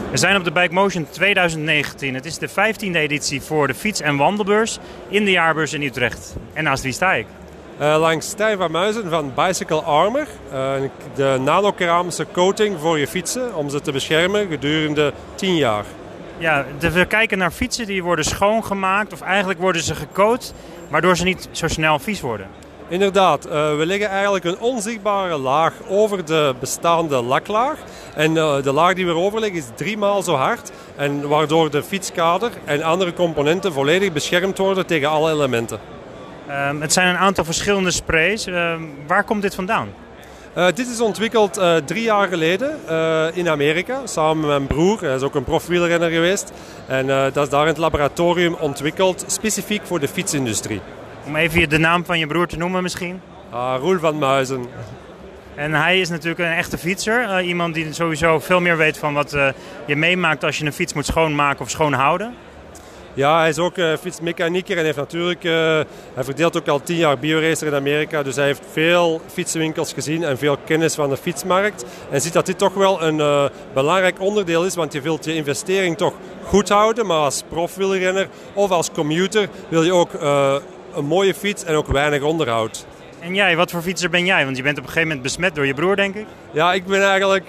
We zijn op de Bike Motion 2019. Het is de 15e editie voor de fiets- en wandelbeurs in de jaarbeurs in Utrecht. En naast wie sta ik? Langs Stijn van Muizen van Bicycle Armor. De nanokeramische coating voor je fietsen om ze te beschermen gedurende 10 jaar. Ja, we kijken naar fietsen die worden schoongemaakt of eigenlijk worden ze gecoat, waardoor ze niet zo snel vies worden. Inderdaad, we leggen eigenlijk een onzichtbare laag over de bestaande laklaag. En de laag die we erover leggen is 3 maal zo hard. En waardoor de fietskader en andere componenten volledig beschermd worden tegen alle elementen. Het zijn een aantal verschillende sprays. Waar komt dit vandaan? Dit is ontwikkeld 3 jaar geleden in Amerika, samen met mijn broer. Hij is ook een profwielrenner geweest. En dat is daar in het laboratorium ontwikkeld, specifiek voor de fietsindustrie. Om even de naam van je broer te noemen misschien? Roel van Muizen. En hij is natuurlijk een echte fietser. Iemand die sowieso veel meer weet van wat je meemaakt als je een fiets moet schoonmaken of schoonhouden. Ja, hij is ook fietsmechanieker en heeft natuurlijk, hij verdeelt ook al 10 jaar bioracer in Amerika. Dus hij heeft veel fietsenwinkels gezien en veel kennis van de fietsmarkt. En ziet dat dit toch wel een belangrijk onderdeel is, want je wilt je investering toch goed houden. Maar als profwielrenner of als commuter wil je ook een mooie fiets en ook weinig onderhoud. En jij, wat voor fietser ben jij? Want je bent op een gegeven moment besmet door je broer, denk ik. Ja, ik ben eigenlijk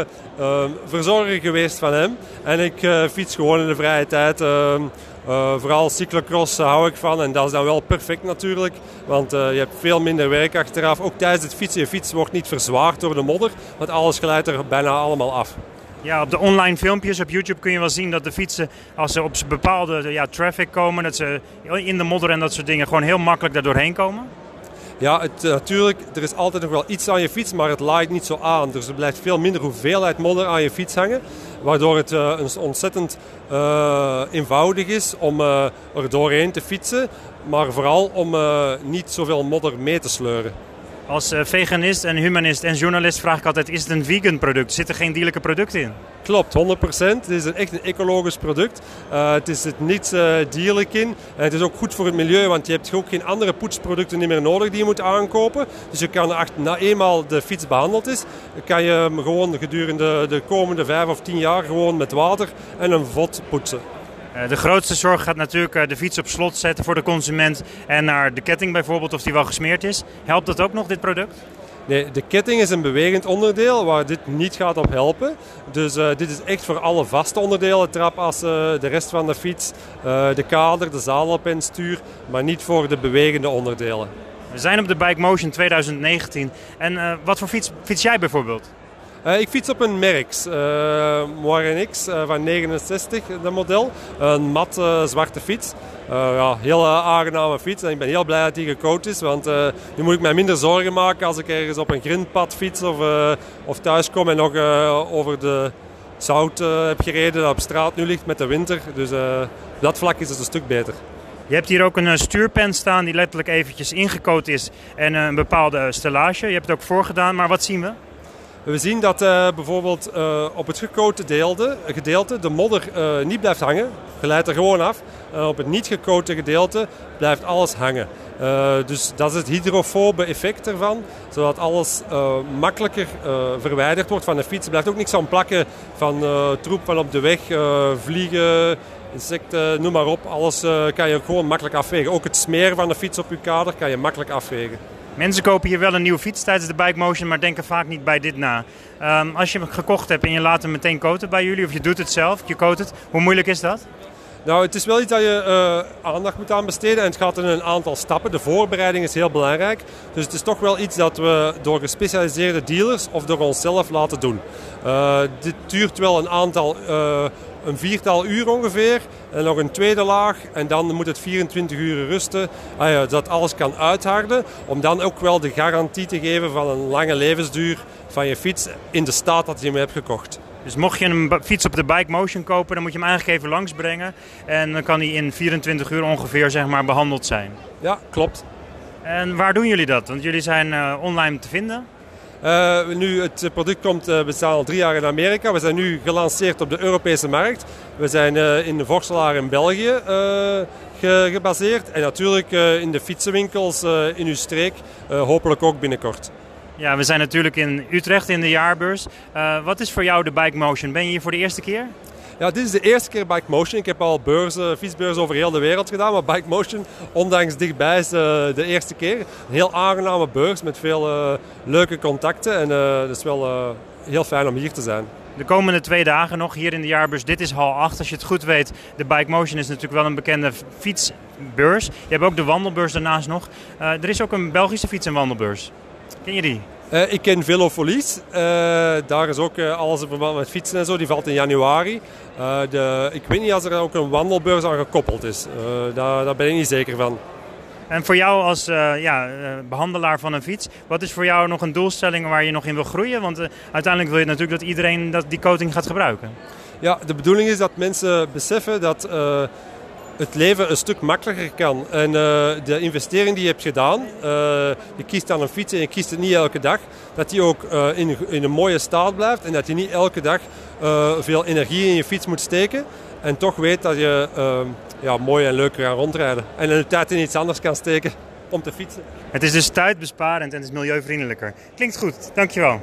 verzorger geweest van hem. En ik fiets gewoon in de vrije tijd. Vooral cyclocross hou ik van. En dat is dan wel perfect natuurlijk. Want je hebt veel minder werk achteraf. Ook tijdens het fietsen. Je fiets wordt niet verzwaard door de modder. Want alles glijdt er bijna allemaal af. Ja, op de online filmpjes op YouTube kun je wel zien dat de fietsen, als ze op bepaalde traffic komen, dat ze in de modder en dat soort dingen gewoon heel makkelijk daar doorheen komen. Ja, natuurlijk, er is altijd nog wel iets aan je fiets, maar het laait niet zo aan. Dus er blijft veel minder hoeveelheid modder aan je fiets hangen. Waardoor het ontzettend eenvoudig is om er doorheen te fietsen. Maar vooral om niet zoveel modder mee te sleuren. Als veganist en humanist en journalist vraag ik altijd, is het een vegan product? Zit er geen dierlijke producten in? Klopt, 100%. Het is echt een ecologisch product. Het is niet dierlijk in. En het is ook goed voor het milieu, want je hebt ook geen andere poetsproducten meer nodig die je moet aankopen. Dus je kan na eenmaal de fiets behandeld is, kan je hem gewoon gedurende de komende 5 of 10 jaar gewoon met water en een vod poetsen. De grootste zorg gaat natuurlijk de fiets op slot zetten voor de consument en naar de ketting bijvoorbeeld, of die wel gesmeerd is. Helpt dat ook nog, dit product? Nee, de ketting is een bewegend onderdeel waar dit niet gaat op helpen. Dus dit is echt voor alle vaste onderdelen, trapassen, de rest van de fiets, de kader, de zadelpenstuur, maar niet voor de bewegende onderdelen. We zijn op de Bike Motion 2019 en wat voor fiets jij bijvoorbeeld? Ik fiets op een Merckx, Moire X van 69, dat model. Een mat zwarte fiets. Heel aangename fiets en ik ben heel blij dat die gecoat is. Want nu moet ik mij minder zorgen maken als ik ergens op een grindpad fiets of thuis kom en nog over de zout heb gereden dat op straat nu ligt met de winter. Dus op dat vlak is het een stuk beter. Je hebt hier ook een stuurpen staan die letterlijk eventjes ingecoat is en een bepaalde stellage. Je hebt het ook voorgedaan, maar wat zien we? We zien dat bijvoorbeeld op het gecoate gedeelte de modder niet blijft hangen. Glijdt er gewoon af. Op het niet gecoate gedeelte blijft alles hangen. Dus dat is het hydrofobe effect ervan. Zodat alles makkelijker verwijderd wordt van de fiets. Er blijft ook niks aan plakken van troep van op de weg, vliegen, insecten, noem maar op. Alles kan je gewoon makkelijk afvegen. Ook het smeren van de fiets op je kader kan je makkelijk afvegen. Mensen kopen hier wel een nieuwe fiets tijdens de Bike Motion, maar denken vaak niet bij dit na. Als je hem gekocht hebt en je laat hem meteen coaten bij jullie, of je doet het zelf, je coat het, hoe moeilijk is dat? Nou, het is wel iets dat je aandacht moet aan besteden en het gaat in een aantal stappen. De voorbereiding is heel belangrijk. Dus het is toch wel iets dat we door gespecialiseerde dealers of door onszelf laten doen. Dit duurt wel een 4-tal uur ongeveer. En nog een tweede laag. En dan moet het 24 uur rusten. Dat alles kan uitharden. Om dan ook wel de garantie te geven van een lange levensduur van je fiets in de staat dat je hem hebt gekocht. Dus mocht je een fiets op de Bike Motion kopen, dan moet je hem eigenlijk even langsbrengen. En dan kan hij in 24 uur ongeveer behandeld zijn. Ja, klopt. En waar doen jullie dat? Want jullie zijn online te vinden. Nu, het product we staan al 3 jaar in Amerika. We zijn nu gelanceerd op de Europese markt. We zijn in Vorselaar in België gebaseerd. En natuurlijk in de fietsenwinkels in uw streek, hopelijk ook binnenkort. Ja, we zijn natuurlijk in Utrecht in de jaarbeurs. Wat is voor jou de Bike Motion? Ben je hier voor de eerste keer? Ja, dit is de eerste keer Bike Motion. Ik heb al fietsbeurzen over heel de wereld gedaan, maar Bike Motion, ondanks dichtbij, is de eerste keer. Een heel aangename beurs met veel leuke contacten en het is wel heel fijn om hier te zijn. De komende 2 dagen nog hier in de jaarbeurs. Dit is hal 8. Als je het goed weet, de Bike Motion is natuurlijk wel een bekende fietsbeurs. Je hebt ook de wandelbeurs daarnaast nog. Er is ook een Belgische fiets- en wandelbeurs. Ken je die? Ik ken Velofolies. Daar is ook alles in verband met fietsen en zo. Die valt in januari. Ik weet niet als er ook een wandelbeurs aan gekoppeld is. Daar ben ik niet zeker van. En voor jou als behandelaar van een fiets, wat is voor jou nog een doelstelling waar je nog in wil groeien? Want uiteindelijk wil je natuurlijk dat iedereen die coating gaat gebruiken. Ja, de bedoeling is dat mensen beseffen dat het leven een stuk makkelijker kan. En de investering die je hebt gedaan, je kiest aan een fiets en je kiest het niet elke dag, dat die ook in een mooie staat blijft en dat je niet elke dag veel energie in je fiets moet steken. En toch weet dat je mooi en leuk kan rondrijden. En de tijd in iets anders kan steken om te fietsen. Het is dus tijdbesparend en het is milieuvriendelijker. Klinkt goed, dankjewel.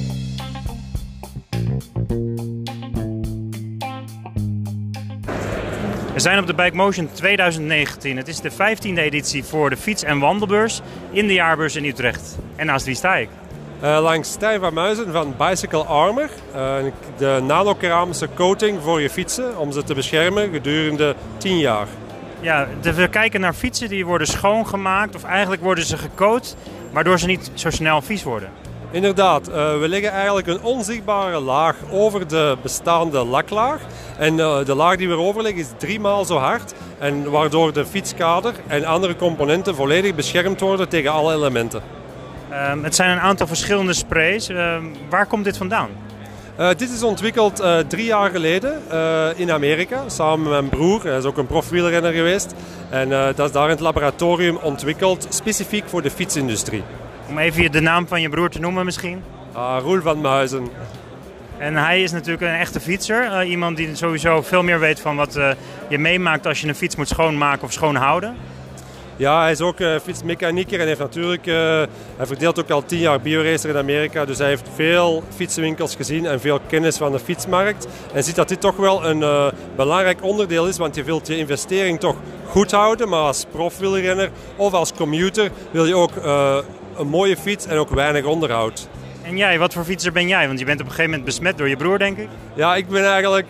We zijn op de Bike Motion 2019. Het is de 15e editie voor de fiets- en wandelbeurs in de jaarbeurs in Utrecht. En naast wie sta ik? Langs Stijn van Muizen van Bicycle Armor. De nanokeramische coating voor je fietsen om ze te beschermen gedurende 10 jaar. Ja, we kijken naar fietsen die worden schoongemaakt of eigenlijk worden ze gecoat, waardoor ze niet zo snel vies worden. Inderdaad, we leggen eigenlijk een onzichtbare laag over de bestaande laklaag. En de laag die we erover leggen is 3 maal zo hard. En waardoor de fietskader en andere componenten volledig beschermd worden tegen alle elementen. Het zijn een aantal verschillende sprays. Waar komt dit vandaan? Dit is ontwikkeld 3 jaar geleden in Amerika, samen met mijn broer. Hij is ook een profwielrenner geweest. En dat is daar in het laboratorium ontwikkeld, specifiek voor de fietsindustrie. Om even de naam van je broer te noemen misschien? Roel van Muizen. En hij is natuurlijk een echte fietser. Iemand die sowieso veel meer weet van wat je meemaakt als je een fiets moet schoonmaken of schoonhouden. Ja, hij is ook fietsmechanieker en heeft natuurlijk, hij verdeelt ook al 10 jaar BioRacer in Amerika. Dus hij heeft veel fietsenwinkels gezien en veel kennis van de fietsmarkt. En ziet dat dit toch wel een belangrijk onderdeel is, want je wilt je investering toch goed houden. Maar als profwielrenner of als commuter wil je ook een mooie fiets en ook weinig onderhoud. En jij, wat voor fietser ben jij? Want je bent op een gegeven moment besmet door je broer, denk ik. Ja, ik ben eigenlijk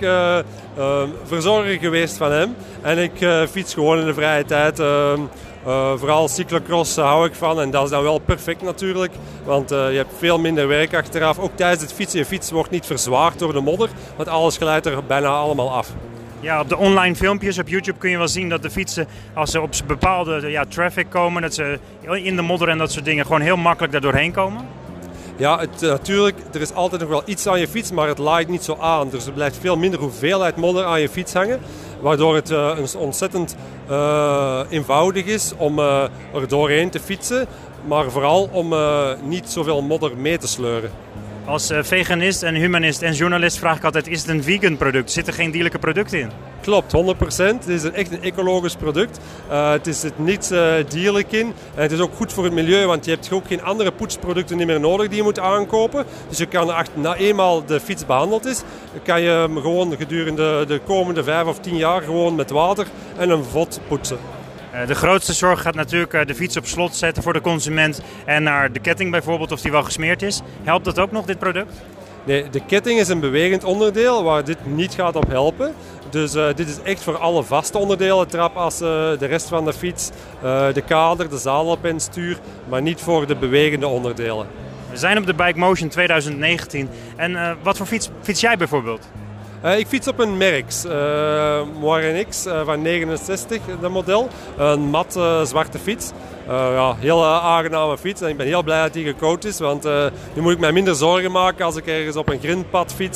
verzorger geweest van hem. En ik fiets gewoon in de vrije tijd. Vooral cyclocross hou ik van. En dat is dan wel perfect natuurlijk. Want je hebt veel minder werk achteraf. Ook tijdens het fietsen. Je fiets wordt niet verzwaard door de modder. Want alles glijdt er bijna allemaal af. Ja, op de online filmpjes op YouTube kun je wel zien dat de fietsen, als ze op bepaalde traffic komen, dat ze in de modder en dat soort dingen gewoon heel makkelijk daar doorheen komen. Ja, natuurlijk, er is altijd nog wel iets aan je fiets, maar het laait niet zo aan. Dus er blijft veel minder hoeveelheid modder aan je fiets hangen. Waardoor het ontzettend eenvoudig is om er doorheen te fietsen. Maar vooral om niet zoveel modder mee te sleuren. Als veganist en humanist en journalist vraag ik altijd, is het een vegan product? Zit er geen dierlijke producten in? Klopt, 100%. Het is echt een ecologisch product. Het is niet dierlijk in. En het is ook goed voor het milieu, want je hebt ook geen andere poetsproducten niet meer nodig die je moet aankopen. Dus je kan na eenmaal de fiets behandeld is, kan je hem gewoon gedurende de komende 5 of 10 jaar gewoon met water en een vod poetsen. De grootste zorg gaat natuurlijk de fiets op slot zetten voor de consument en naar de ketting bijvoorbeeld, of die wel gesmeerd is. Helpt dat ook nog, dit product? Nee, de ketting is een bewegend onderdeel waar dit niet gaat op helpen. Dus dit is echt voor alle vaste onderdelen, trapassen, de rest van de fiets, de kader, de zadelpen, stuur, maar niet voor de bewegende onderdelen. We zijn op de Bike Motion 2019 en wat voor fiets jij bijvoorbeeld? Ik fiets op een Merckx, Moire X van 69, dat model. Een mat zwarte fiets. Heel aangename fiets en ik ben heel blij dat die gecoat is, want nu moet ik mij minder zorgen maken als ik ergens op een grindpad fiets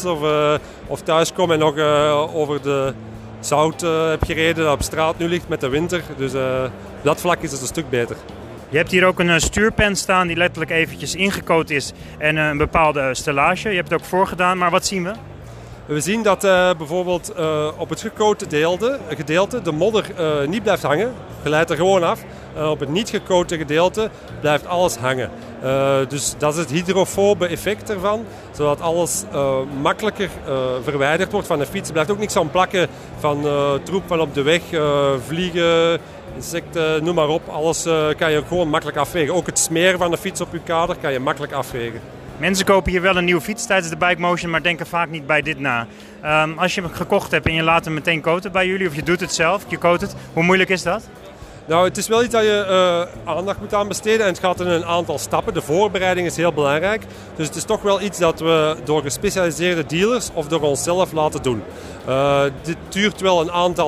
of thuis kom en nog over de zout heb gereden dat op straat nu ligt met de winter. Dus op dat vlak is het een stuk beter. Je hebt hier ook een stuurpen staan die letterlijk eventjes ingecoat is en een bepaalde stellage. Je hebt het ook voorgedaan, maar wat zien we? We zien dat bijvoorbeeld op het gecoate gedeelte de modder niet blijft hangen. Glijdt er gewoon af. Op het niet gecoatte gedeelte blijft alles hangen. Dus dat is het hydrofobe effect ervan, zodat alles makkelijker verwijderd wordt van de fiets. Er blijft ook niks aan plakken van troep van op de weg, vliegen, insecten, noem maar op. Alles kan je gewoon makkelijk afvegen. Ook het smeren van de fiets op je kader kan je makkelijk afvegen. Mensen kopen hier wel een nieuwe fiets tijdens de Bike Motion, maar denken vaak niet bij dit na. Als je hem gekocht hebt en je laat hem meteen coaten bij jullie, of je doet het zelf, je coat het, hoe moeilijk is dat? Nou, het is wel iets dat je aandacht moet aan besteden en het gaat in een aantal stappen. De voorbereiding is heel belangrijk. Dus het is toch wel iets dat we door gespecialiseerde dealers of door onszelf laten doen. Dit duurt wel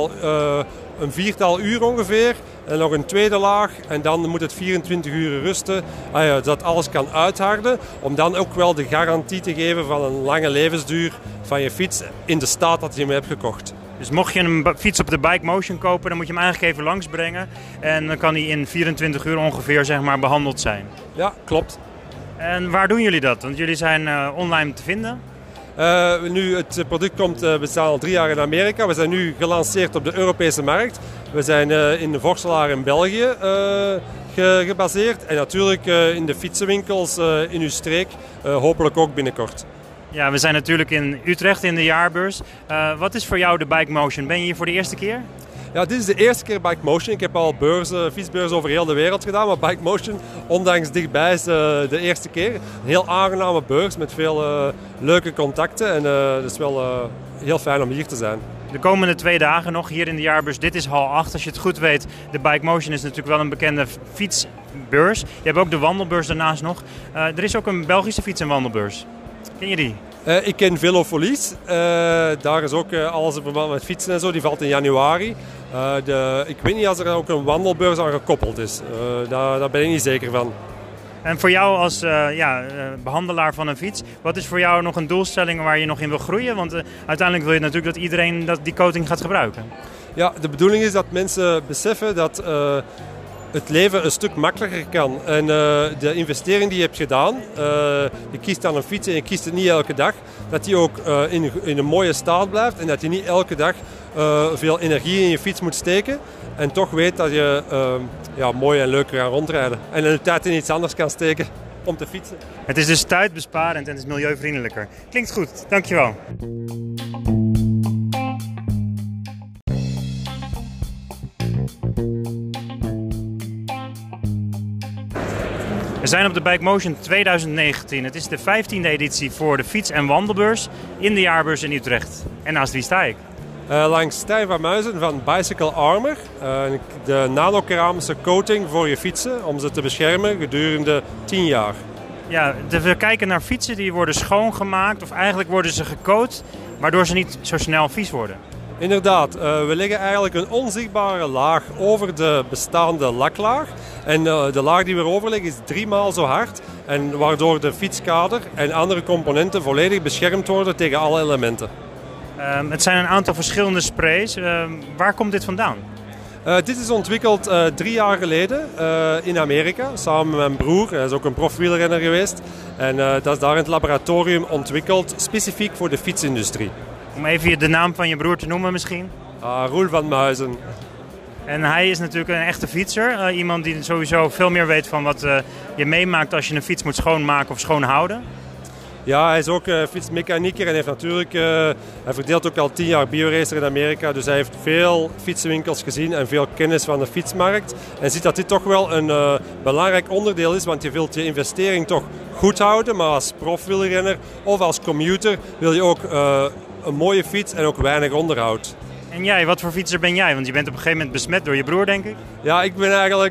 een 4-tal uur ongeveer. En nog een tweede laag en dan moet het 24 uur rusten, dat alles kan uitharden. Om dan ook wel de garantie te geven van een lange levensduur van je fiets in de staat dat je hem hebt gekocht. Dus mocht je een fiets op de Bike Motion kopen, dan moet je hem eigenlijk even langsbrengen. En dan kan hij in 24 uur ongeveer zeg maar, behandeld zijn. Ja, klopt. En waar doen jullie dat? Want jullie zijn online te vinden. Nu het product we staan al 3 jaar in Amerika. We zijn nu gelanceerd op de Europese markt. We zijn in de Vorselaar in België gebaseerd. En natuurlijk in de fietsenwinkels in uw streek, hopelijk ook binnenkort. Ja, we zijn natuurlijk in Utrecht in de jaarbeurs. Wat is voor jou de Bike Motion? Ben je hier voor de eerste keer? Ja, dit is de eerste keer Bike Motion. Ik heb al fietsbeurzen over heel de wereld gedaan, maar Bike Motion, ondanks dichtbij, is de eerste keer. Een heel aangename beurs met veel leuke contacten en het is wel heel fijn om hier te zijn. De komende 2 dagen nog hier in de jaarbeurs. Dit is hal 8. Als je het goed weet, de Bike Motion is natuurlijk wel een bekende fietsbeurs. Je hebt ook de wandelbeurs daarnaast nog. Er is ook een Belgische fiets- en wandelbeurs. Ken je die? Ik ken Velofolies. Daar is ook alles in verband met fietsen en zo. Die valt in januari. Ik weet niet of er ook een wandelbeurs aan gekoppeld is. Daar ben ik niet zeker van. En voor jou als behandelaar van een fiets, wat is voor jou nog een doelstelling waar je nog in wil groeien? Want uiteindelijk wil je natuurlijk dat iedereen die coating gaat gebruiken. Ja, de bedoeling is dat mensen beseffen dat het leven een stuk makkelijker kan. En de investering die je hebt gedaan, je kiest aan een fiets en je kiest het niet elke dag, dat die ook in een mooie staat blijft en dat je niet elke dag veel energie in je fiets moet steken. En toch weet dat je mooi en leuk kan rondrijden. En de tijd in iets anders kan steken om te fietsen. Het is dus tijdbesparend en het is milieuvriendelijker. Klinkt goed, dankjewel. We zijn op de Bike Motion 2019. Het is de 15e editie voor de fiets- en wandelbeurs in de jaarbeurs in Utrecht. En naast wie sta ik? Langs Stijn van Muizen van Bicycle Armor. De nanokeramische coating voor je fietsen om ze te beschermen gedurende 10 jaar. Ja, we kijken naar fietsen die worden schoongemaakt of eigenlijk worden ze gecoat, waardoor ze niet zo snel vies worden. Inderdaad, we leggen eigenlijk een onzichtbare laag over de bestaande laklaag. En de laag die we erover leggen is 3 maal zo hard. En waardoor de fietskader en andere componenten volledig beschermd worden tegen alle elementen. Het zijn een aantal verschillende sprays. Waar komt dit vandaan? Dit is ontwikkeld 3 jaar geleden in Amerika, samen met mijn broer. Hij is ook een profwielrenner geweest. En dat is daar in het laboratorium ontwikkeld, specifiek voor de fietsindustrie. Om even de naam van je broer te noemen misschien. Roel van Muizen. En hij is natuurlijk een echte fietser. Iemand die sowieso veel meer weet van wat je meemaakt als je een fiets moet schoonmaken of schoonhouden. Ja, hij is ook fietsmechanieker en heeft natuurlijk, hij verdeelt ook al 10 jaar bioracer in Amerika. Dus hij heeft veel fietsenwinkels gezien en veel kennis van de fietsmarkt. En ziet dat dit toch wel een belangrijk onderdeel is, want je wilt je investering toch goed houden. Maar als profwielrenner of als commuter wil je ook een mooie fiets en ook weinig onderhoud. En jij, wat voor fietser ben jij? Want je bent op een gegeven moment besmet door je broer, denk ik. Ja, ik ben eigenlijk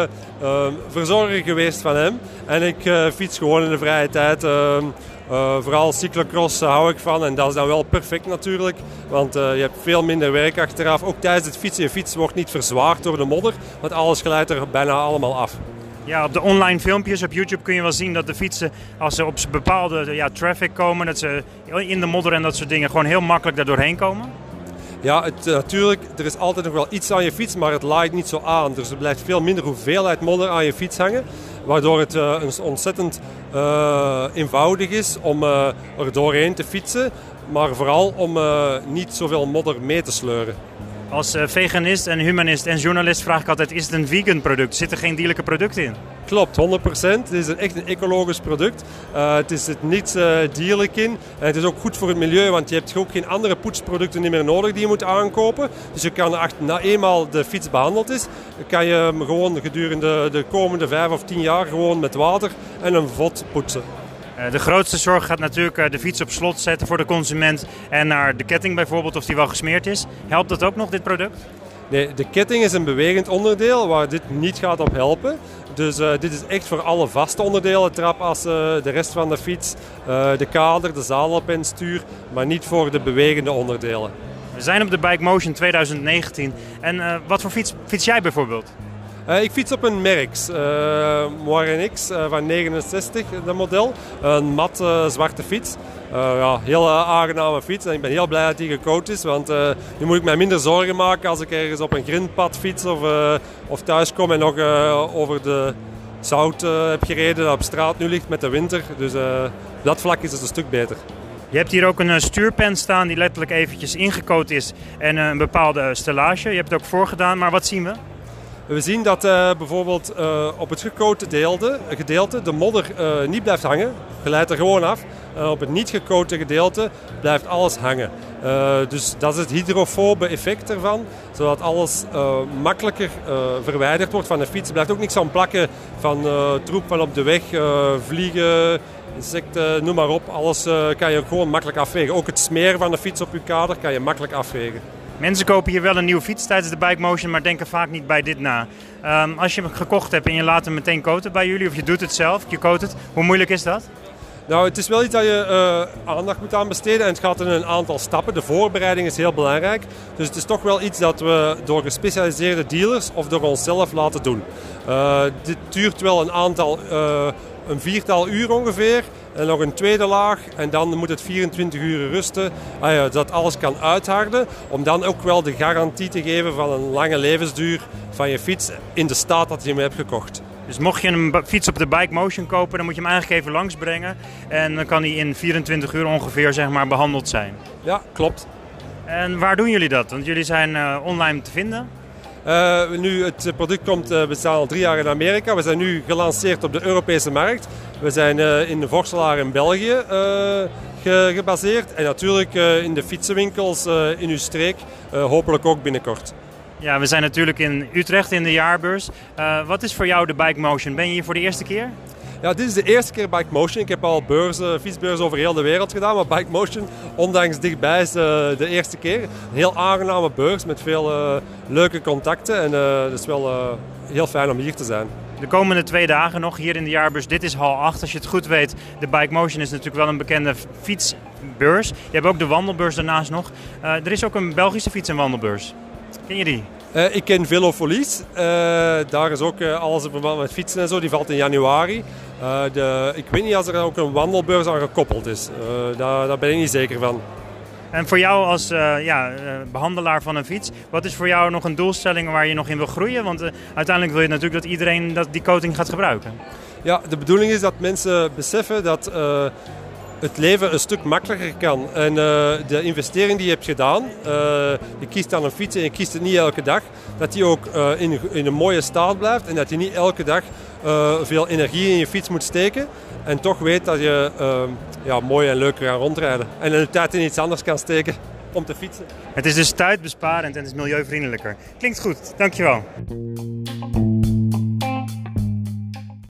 verzorger geweest van hem. En ik fiets gewoon in de vrije tijd. Vooral cyclocross hou ik van. En dat is dan wel perfect natuurlijk. Want je hebt veel minder werk achteraf. Ook tijdens het fietsen. Je fiets wordt niet verzwaard door de modder. Want alles glijdt er bijna allemaal af. Ja, op de online filmpjes op YouTube kun je wel zien dat de fietsen, als ze op bepaalde traffic komen, dat ze in de modder en dat soort dingen gewoon heel makkelijk daar doorheen komen. Ja, natuurlijk, er is altijd nog wel iets aan je fiets, maar het laait niet zo aan. Dus er blijft veel minder hoeveelheid modder aan je fiets hangen. Waardoor het ontzettend eenvoudig is om er doorheen te fietsen. Maar vooral om niet zoveel modder mee te sleuren. Als veganist en humanist en journalist vraag ik altijd, is het een vegan product? Zitten geen dierlijke producten in? Klopt, 100%. Het is echt een ecologisch product. Het zit niet dierlijk in. En het is ook goed voor het milieu, want je hebt ook geen andere poetsproducten niet meer nodig die je moet aankopen. Dus je kan na eenmaal de fiets behandeld is, kan je hem gewoon gedurende de komende 5 of 10 jaar gewoon met water en een vod poetsen. De grootste zorg gaat natuurlijk de fiets op slot zetten voor de consument en naar de ketting bijvoorbeeld, of die wel gesmeerd is. Helpt dat ook nog, dit product? Nee, de ketting is een bewegend onderdeel waar dit niet gaat op helpen. Dus dit is echt voor alle vaste onderdelen, trapassen, de rest van de fiets, de kader, de zadelpen, stuur, maar niet voor de bewegende onderdelen. We zijn op de Bike Motion 2019 en wat voor fiets jij bijvoorbeeld? Ik fiets op een Merckx, Moire NX van 69, dat model. Een mat zwarte fiets. Heel aangename fiets en ik ben heel blij dat die gecoat is, want nu moet ik mij minder zorgen maken als ik ergens op een grindpad fiets of thuis kom en nog over de zout heb gereden dat op straat nu ligt met de winter. Dus op dat vlak is het een stuk beter. Je hebt hier ook een stuurpen staan die letterlijk eventjes ingecoat is en een bepaalde stellage. Je hebt het ook voorgedaan, maar wat zien we? We zien dat bijvoorbeeld op het gecoate gedeelte de modder niet blijft hangen. Glijdt er gewoon af. Op het niet gecoate gedeelte blijft alles hangen. Dus dat is het hydrofobe effect ervan. Zodat alles makkelijker verwijderd wordt van de fiets. Er blijft ook niks aan plakken van troep van op de weg, vliegen, insecten, noem maar op. Alles kan je gewoon makkelijk afvegen. Ook het smeren van de fiets op je kader kan je makkelijk afvegen. Mensen kopen hier wel een nieuwe fiets tijdens de Bike Motion, maar denken vaak niet bij dit na. Als je hem gekocht hebt en je laat hem meteen coaten bij jullie, of je doet het zelf, je coat het, hoe moeilijk is dat? Nou, het is wel iets dat je aandacht moet aan besteden en het gaat in een aantal stappen. De voorbereiding is heel belangrijk. Dus het is toch wel iets dat we door gespecialiseerde dealers of door onszelf laten doen. Dit duurt wel een 4-tal uur ongeveer. En nog een tweede laag en dan moet het 24 uur rusten, dat alles kan uitharden. Om dan ook wel de garantie te geven van een lange levensduur van je fiets in de staat dat je hem hebt gekocht. Dus mocht je een fiets op de Bike Motion kopen, dan moet je hem eigenlijk even langsbrengen. En dan kan hij in 24 uur ongeveer behandeld zijn. Ja, klopt. En waar doen jullie dat? Want jullie zijn online te vinden. Nu, het product we staan al 3 jaar in Amerika. We zijn nu gelanceerd op de Europese markt. We zijn in Vorselaar in België gebaseerd. En natuurlijk in de fietsenwinkels in uw streek, hopelijk ook binnenkort. Ja, we zijn natuurlijk in Utrecht in de jaarbeurs. Wat is voor jou de Bike Motion? Ben je hier voor de eerste keer? Ja, dit is de eerste keer Bike Motion. Ik heb al fietsbeurzen over heel de wereld gedaan, maar Bike Motion, ondanks dichtbij, is de eerste keer. Een heel aangename beurs met veel leuke contacten en het is wel heel fijn om hier te zijn. De komende 2 dagen nog hier in de jaarbeurs. Dit is hal 8. Als je het goed weet, de Bike Motion is natuurlijk wel een bekende fietsbeurs. Je hebt ook de wandelbeurs daarnaast nog. Er is ook een Belgische fiets- en wandelbeurs. Ken je die? Ik ken Velofolies. Daar is ook alles in verband met fietsen en zo. Die valt in januari. Ik weet niet als er ook een wandelbeurs aan gekoppeld is. Daar ben ik niet zeker van. En voor jou als behandelaar van een fiets, wat is voor jou nog een doelstelling waar je nog in wil groeien? Want uiteindelijk wil je natuurlijk dat iedereen die coating gaat gebruiken. Ja, de bedoeling is dat mensen beseffen dat het leven een stuk makkelijker kan. En de investering die je hebt gedaan, je kiest dan een fiets en je kiest het niet elke dag, dat die ook in een mooie staat blijft en dat je niet elke dag veel energie in je fiets moet steken. En toch weet dat je mooi en leuk kan rondrijden. En de tijd in iets anders kan steken om te fietsen. Het is dus tijdbesparend en het is milieuvriendelijker. Klinkt goed, dankjewel.